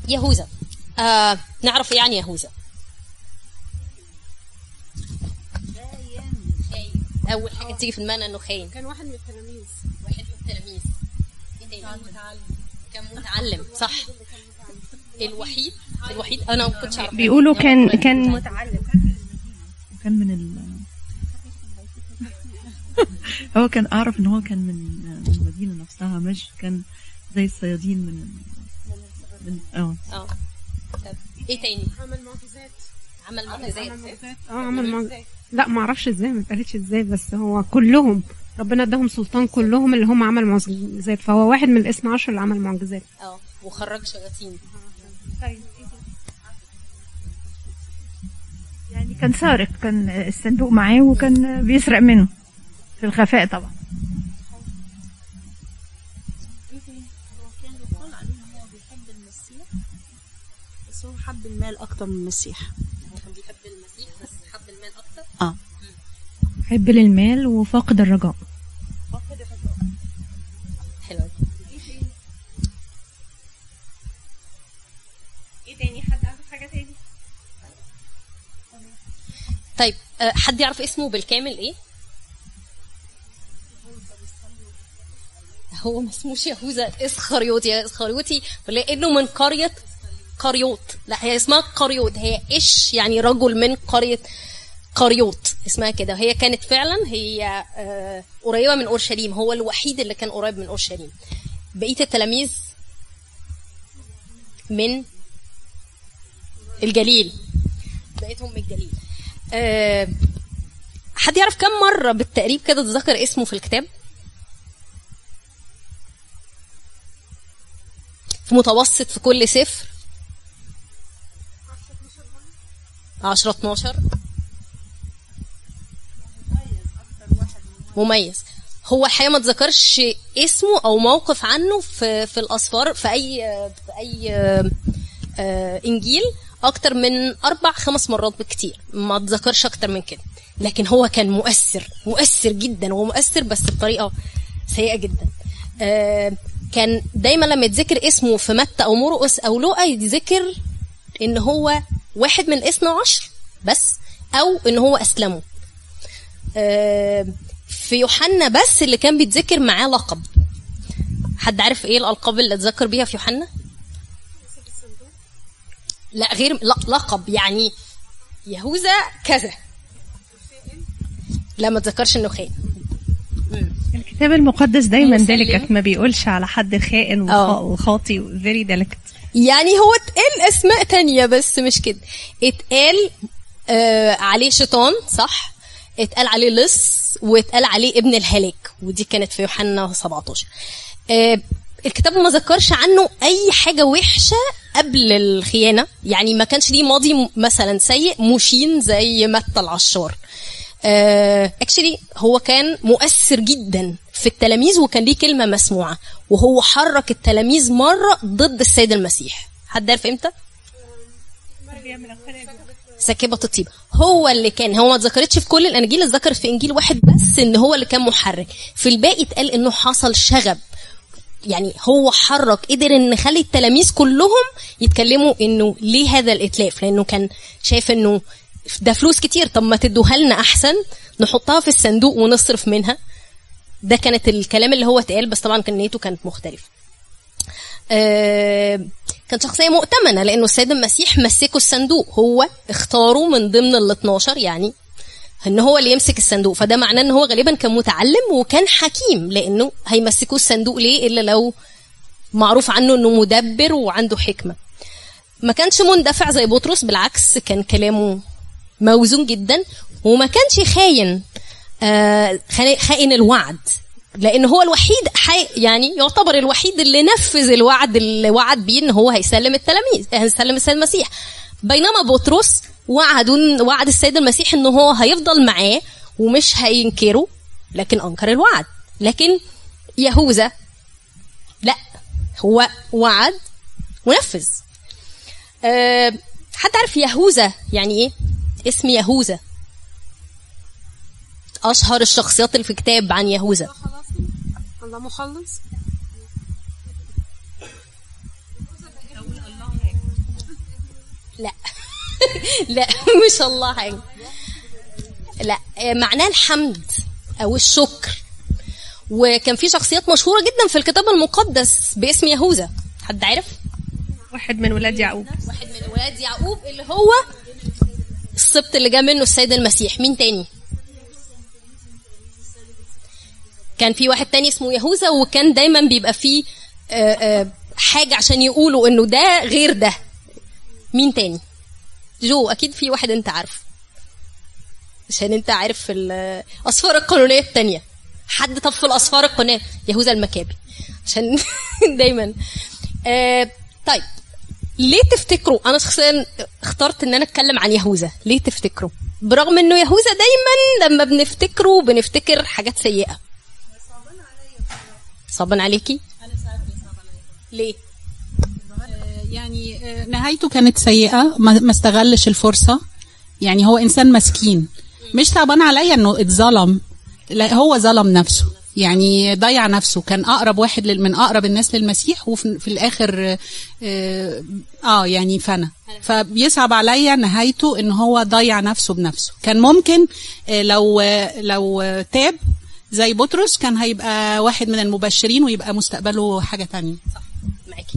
يهوذا. نعرف ايه عن يهوذا؟ اول حاجه تيجي في دماغنا انه خاين. كان واحد من التلاميذ. كان متعلم، صح. الوحيد انا ما كنتش اعرف. بيقولوا كان متعلم، كان من هو كان اعرف ان هو كان من المدينه نفسها، مش كان زي الصيادين من طب ايه تاني؟ عمل معجزات. لا ما اعرفش ازاي، ما اتقالتش ازاي، بس هو كلهم ربنا اداهم سلطان، كلهم اللي هم عمل معجزات، فهو واحد من الاثنى عشر اللي عمل معجزات. وخرج شياطين. يعني كان سارق، كان الصندوق معاه وكان بيسرق منه في الخفاء طبعا. هو حب المال اكتر من المسيح. هو كان بيحب المسيح بس حب المال اكتر. حب للمال وفاقد الرجاء. حلو. ايه تاني؟ حد عنده حاجه تاني؟ طيب حد يعرف اسمه بالكامل ايه؟ هو ما اسموش يهوذا اسخريوطي لانه من قريه قريوط. لا هي اسمها قريوط، هي يعني رجل من قريه قريوط اسمها كده. هي كانت فعلا هي قريبه من اورشليم، هو الوحيد اللي كان قريب من اورشليم. بقيه التلاميذ من الجليل، بقيتهم من الجليل. حد يعرف كم مره بالتقريب كده اتذكر اسمه في الكتاب؟ في متوسط في كل سفر 10-12. مميز. هو الحقيقه ما اتذكرش اسمه او موقف عنه في الاسفار في اي انجيل اكتر من 4-5 مرات بكتير، ما اتذكرش اكتر من كده. لكن هو كان مؤثر جدا، ومؤثر بس بطريقه سيئه جدا. كان دايما لما يتذكر اسمه في متى او مرقس او لوقا يتذكر ان هو واحد من الاثنى عشر بس، او ان هو اسلموا. في يوحنا بس اللي كان بيتذكر معاه لقب. حد عارف ايه الالقاب اللي اتذكر بيها في يوحنا؟ لا غير لقب، يعني يهوذا كذا، لا ما اتذكرش انه خائن. الكتاب المقدس دايما ديليكت، ما بيقولش على حد خائن وخاطي، فيري ديليكت. يعني هو اتقال اسماء تانية بس مش كده. اتقال عليه شيطان، صح، اتقال عليه لص، واتقال عليه ابن الهلاك، ودي كانت في يوحنا 17. الكتاب ما ذكرش عنه اي حاجه وحشه قبل الخيانه، يعني ما كانش ليه ماضي مثلا سيء مشين زي متى العشار. اكشلي هو كان مؤثر جدا في التلاميذ، وكان ليه كلمه مسموعه، وهو حرك التلاميذ مره ضد السيد المسيح. حد عارف امتى؟ سكبة الطيب. هو اللي كان، هو ما اتذكرتش في كل الاناجيل، اتذكر في انجيل واحد بس ان هو اللي كان محرك. في الباقي اتقال انه حصل شغب، يعني هو حرك، قدر ان يخلي التلاميذ كلهم يتكلموا انه ليه هذا الاتلاف، لانه كان شايف انه ده فلوس كتير، طب ما تدوها لنا احسن، نحطها في الصندوق ونصرف منها. ده كانت الكلام اللي هو اتقال، بس طبعا كان نيته كانت مختلفه. كان شخصيه مؤتمنه، لانه السيد المسيح مسكه الصندوق، هو اختاره من ضمن ال12 يعني ان هو اللي يمسك الصندوق، فده معناه ان هو غالبا كان متعلم وكان حكيم، لانه هيمسكوه الصندوق ليه الا لو معروف عنه انه مدبر وعنده حكمه. ما كانش مندفع زي بطرس، بالعكس كان كلامه موزون جدا، وما كانش خاين خائن الوعد، لان هو الوحيد يعني يعتبر الوحيد اللي نفذ الوعد اللي وعد بيه ان هو هيسلم التلاميذ، هيسلم السيد المسيح. بينما بطرس وعد السيد المسيح انه هو هيفضل معاه ومش هينكره، لكن انكر الوعد. لكن يهوذا لا، هو وعد ونفذ. حد عارف يهوذا يعني ايه؟ اسم يهوذا اشهر الشخصيات اللي في كتاب عن يهوذا. الله مخلص. لا لا مش الله حاجة، لا معناه الحمد او الشكر. وكان في شخصيات مشهورة جدا في الكتاب المقدس باسم يهوذا، حد عارف؟ واحد من ولاد يعقوب. واحد من ولاد يعقوب اللي هو السبط اللي جاء منه السيد المسيح. مين تاني؟ كان في واحد تاني اسمه يهوذا، وكان دايما بيبقى فيه حاجة عشان يقولوا انه ده غير ده. مين تاني؟ جو اكيد في واحد انت عارف عشان انت عارف في الاسفار القانونية التانية. حد طب في الاسفار القانونية؟ يهوذا المكابي عشان دايما طيب ليه تفتكروا انا شخصيا اخترت ان انا اتكلم عن يهوذا؟ ليه تفتكروا برغم انه يهوذا دايما لما بنفتكره بنفتكر حاجات سيئة؟ صعبان عليكي؟ انا ساعات بيصعب عليا. ليه؟ يعني نهايته كانت سيئة، ما استغلش الفرصة. يعني هو انسان مسكين، مش صعبان عليا انه اتظلم، لا هو ظلم نفسه، يعني ضيع نفسه. كان اقرب واحد من اقرب الناس للمسيح، وفي الاخر يعني فنى. فبيصعب عليا نهايته ان هو ضيع نفسه بنفسه. كان ممكن لو تاب زي بطرس كان هيبقى واحد من المبشرين ويبقى مستقبله حاجة تانية. صح معاكي.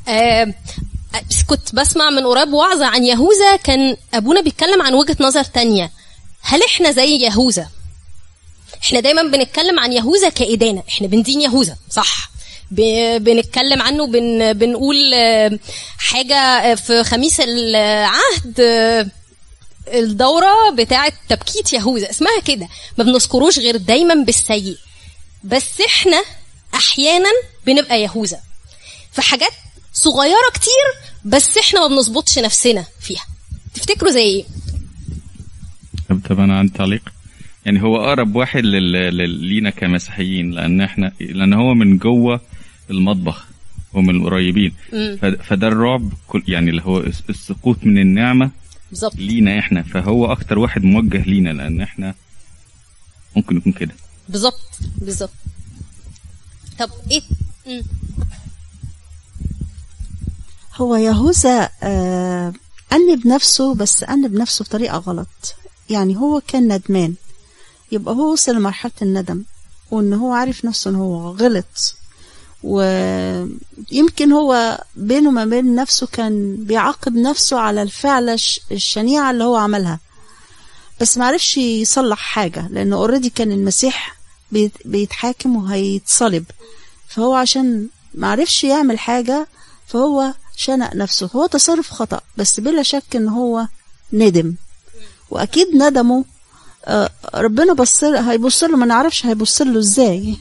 كنت بسمع من قريب وعظة عن يهوذا، كان ابونا بيتكلم عن وجهة نظر تانية. هل احنا زي يهوذا؟ احنا دايما بنتكلم عن يهوذا كإدانة، احنا بندين يهوذا صح، بنتكلم عنه، بنقول حاجة في خميس العهد، الدورة بتاعة تبكيت يهوذا اسمها كده، ما بنذكروش غير دايما بالسيء. بس احنا احيانا بنبقى يهوذا في حاجات صغيرة كتير، بس احنا ما بنظبطش نفسنا فيها. تفتكروا زي ايه؟ طب انا عندي تعليق. يعني هو اقرب واحد لينا كمسيحيين، لان هو من جوه المطبخ ومن القريبين. فده الرعب يعني اللي هو السقوط من النعمة بالظبط لينا احنا، فهو اكتر واحد موجه لينا لان احنا ممكن نكون كده. بالظبط. طب ايه؟ هو يهوذا أنب نفسه، بس أنب نفسه بطريقة غلط. يعني هو كان ندمان، يبقى هو وصل لمرحلة الندم، وان هو عارف نفسه ان هو غلط، ويمكن هو بينه ما بين نفسه كان بيعاقب نفسه على الفعل الشنيعة اللي هو عملها، بس ما عرفش يصلح حاجة، لانه اوريدي كان المسيح بيتحاكم وهيتصلب، فهو عشان ما عرفش يعمل حاجة فهو شنق نفسه. هو تصرف خطأ، بس بلا شك ان هو ندم، واكيد ندمه ربنا هيبص له، ما نعرفش هيبص له ازاي.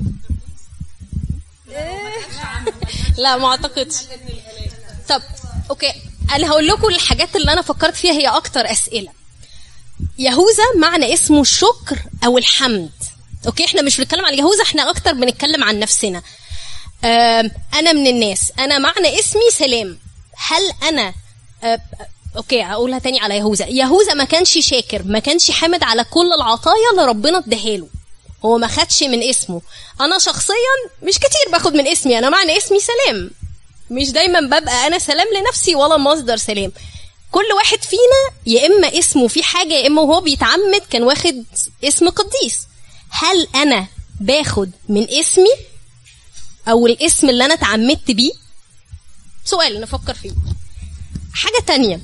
لا ما اعتقدش. طب اوكي، انا هقول لكم الحاجات اللي انا فكرت فيها هي اكتر اسئله. يهوذا معنى اسمه الشكر او الحمد. اوكي احنا مش بنتكلم عن يهوذا، احنا اكتر بنتكلم عن نفسنا. انا من الناس، انا معنى اسمي سلام. هل انا اوكي هقولها تاني على يهوذا. يهوذا ما كانش شاكر، ما كانش حامد على كل العطايا اللي ربنا اداها له، هو ما خدش من اسمه. انا شخصيا مش كتير باخد من اسمي، انا معنى اسمي سلام، مش دايما ببقى انا سلام لنفسي ولا مصدر سلام. كل واحد فينا يا اما اسمه في حاجه، يا اما وهو بيتعمد كان واخد اسم قديس. هل انا باخد من اسمي او الاسم اللي انا اتعمدت بيه؟ سؤال نفكر فيه. حاجه تانية،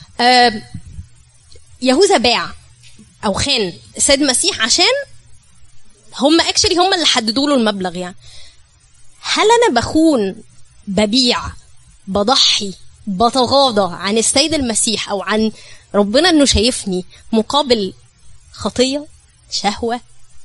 يهوذا باع او خان السيد المسيح عشان هم اللي حددوا له المبلغ. يعني هل انا بخون، ببيع، بضحي، بتغاضى عن السيد المسيح او عن ربنا انه شايفني مقابل خطية، شهوة،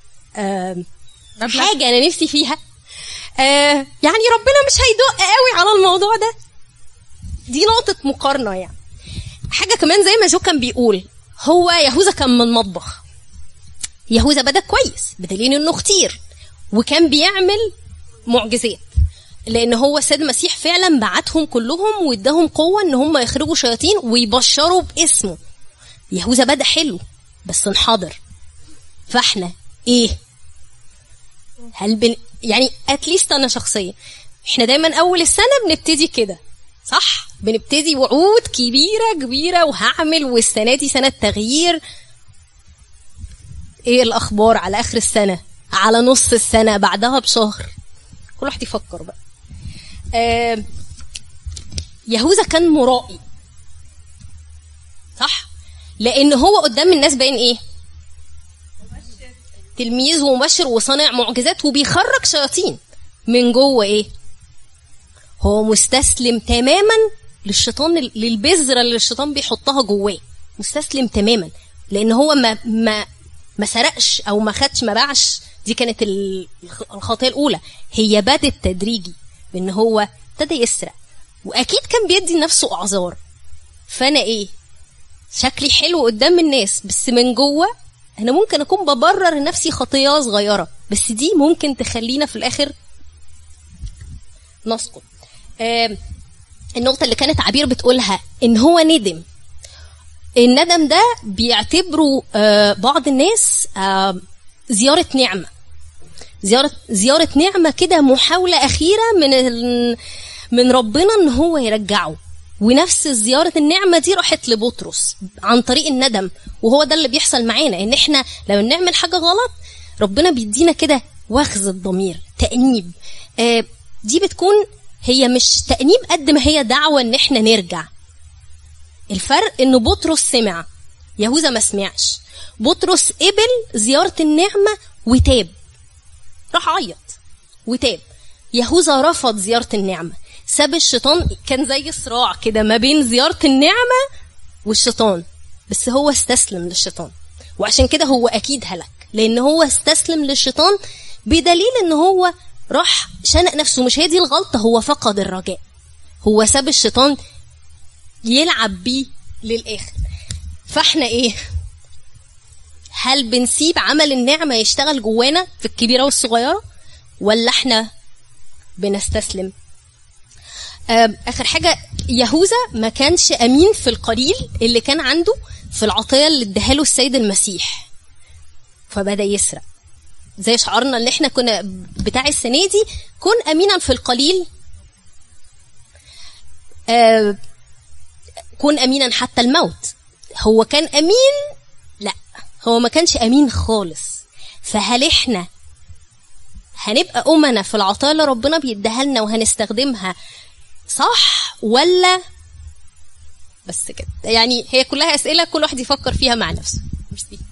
حاجة انا نفسي فيها؟ يعني ربنا مش هيدق قوي على الموضوع ده. دي نقطة مقارنة. يعني حاجة كمان زي ما جو كان بيقول، هو يهوذا كان من مطبخ. يهوذا بدأ كويس بدليل انه اختير وكان بيعمل معجزات، لان هو السيد المسيح فعلا بعتهم كلهم واداهم قوة ان هم يخرجوا شياطين ويبشروا باسمه. يهوذا بدأ حلو بس انحدر. فاحنا ايه؟ يعني اتليست انا شخصيا، احنا دايما اول السنة بنبتدي كده صح، بنبتدي وعود كبيرة وهعمل، والسنة دي سنة تغيير. ايه الاخبار على اخر السنة، على نص السنة، بعدها بشهر؟ كل واحد يفكر بقى. يهوذا كان مرائي، صح؟ لان هو قدام الناس باين ايه؟ تلميذ ومبشر وصانع معجزات وبيخرج شياطين. من جوه ايه؟ هو مستسلم تماما للشيطان، للبذرة اللي الشيطان بيحطها جواه، مستسلم تماما. لان هو ما سرقش او ما خدش، ما باعش. دي كانت الخطيئة الاولى. هي بدت تدريجي بان هو ابتدى يسرق، واكيد كان بيدي نفسه اعذار. فانا ايه؟ شكلي حلو قدام الناس، بس من جوه انا ممكن اكون ببرر نفسي خطيئة صغيرة، بس دي ممكن تخلينا في الاخر نسقط. النقطة اللي كانت عبير بتقولها ان هو ندم. الندم ده بيعتبروا بعض الناس زيارة نعمة، زيارة نعمة كده، محاولة أخيرة من ربنا ان هو يرجعه. ونفس زيارة النعمة دي راحت لبطرس عن طريق الندم. وهو ده اللي بيحصل معانا، ان احنا لما نعمل حاجة غلط ربنا بيدينا كده وخز الضمير، تأنيب. دي بتكون هي مش تأنيب قد ما هي دعوة ان احنا نرجع. الفرق انه بطرس سمع، يهوذا ما سمعش. بطرس قبل زيارة النعمة وتاب، راح عيط وتاب. يهوذا رفض زيارة النعمة، ساب الشيطان. كان زي صراع كده ما بين زيارة النعمة والشيطان، بس هو استسلم للشيطان. وعشان كده هو أكيد هلك، لأن هو استسلم للشيطان، بدليل أن هو راح شنق نفسه. مش هي دي الغلطة، هو فقد الرجاء، هو ساب الشيطان يلعب بيه للآخر. فاحنا ايه؟ هل بنسيب عمل النعمة يشتغل جوانا في الكبيرة والصغيرة، ولا احنا بنستسلم؟ آخر حاجة، يهوذا ما كانش أمين في القليل اللي كان عنده، في العطية اللي اداها له السيد المسيح، فبدأ يسرق. زي شعارنا اللي احنا كنا بتاع السنة دي، كن أمينا في القليل كن أمينا حتى الموت. هو كان أمين؟ لا، هو ما كانش أمين خالص. فهل احنا هنبقى أمنا في العطايا اللي ربنا بيديها لنا وهنستخدمها صح ولا بس كده؟ يعني هي كلها أسئلة كل واحد يفكر فيها مع نفسه.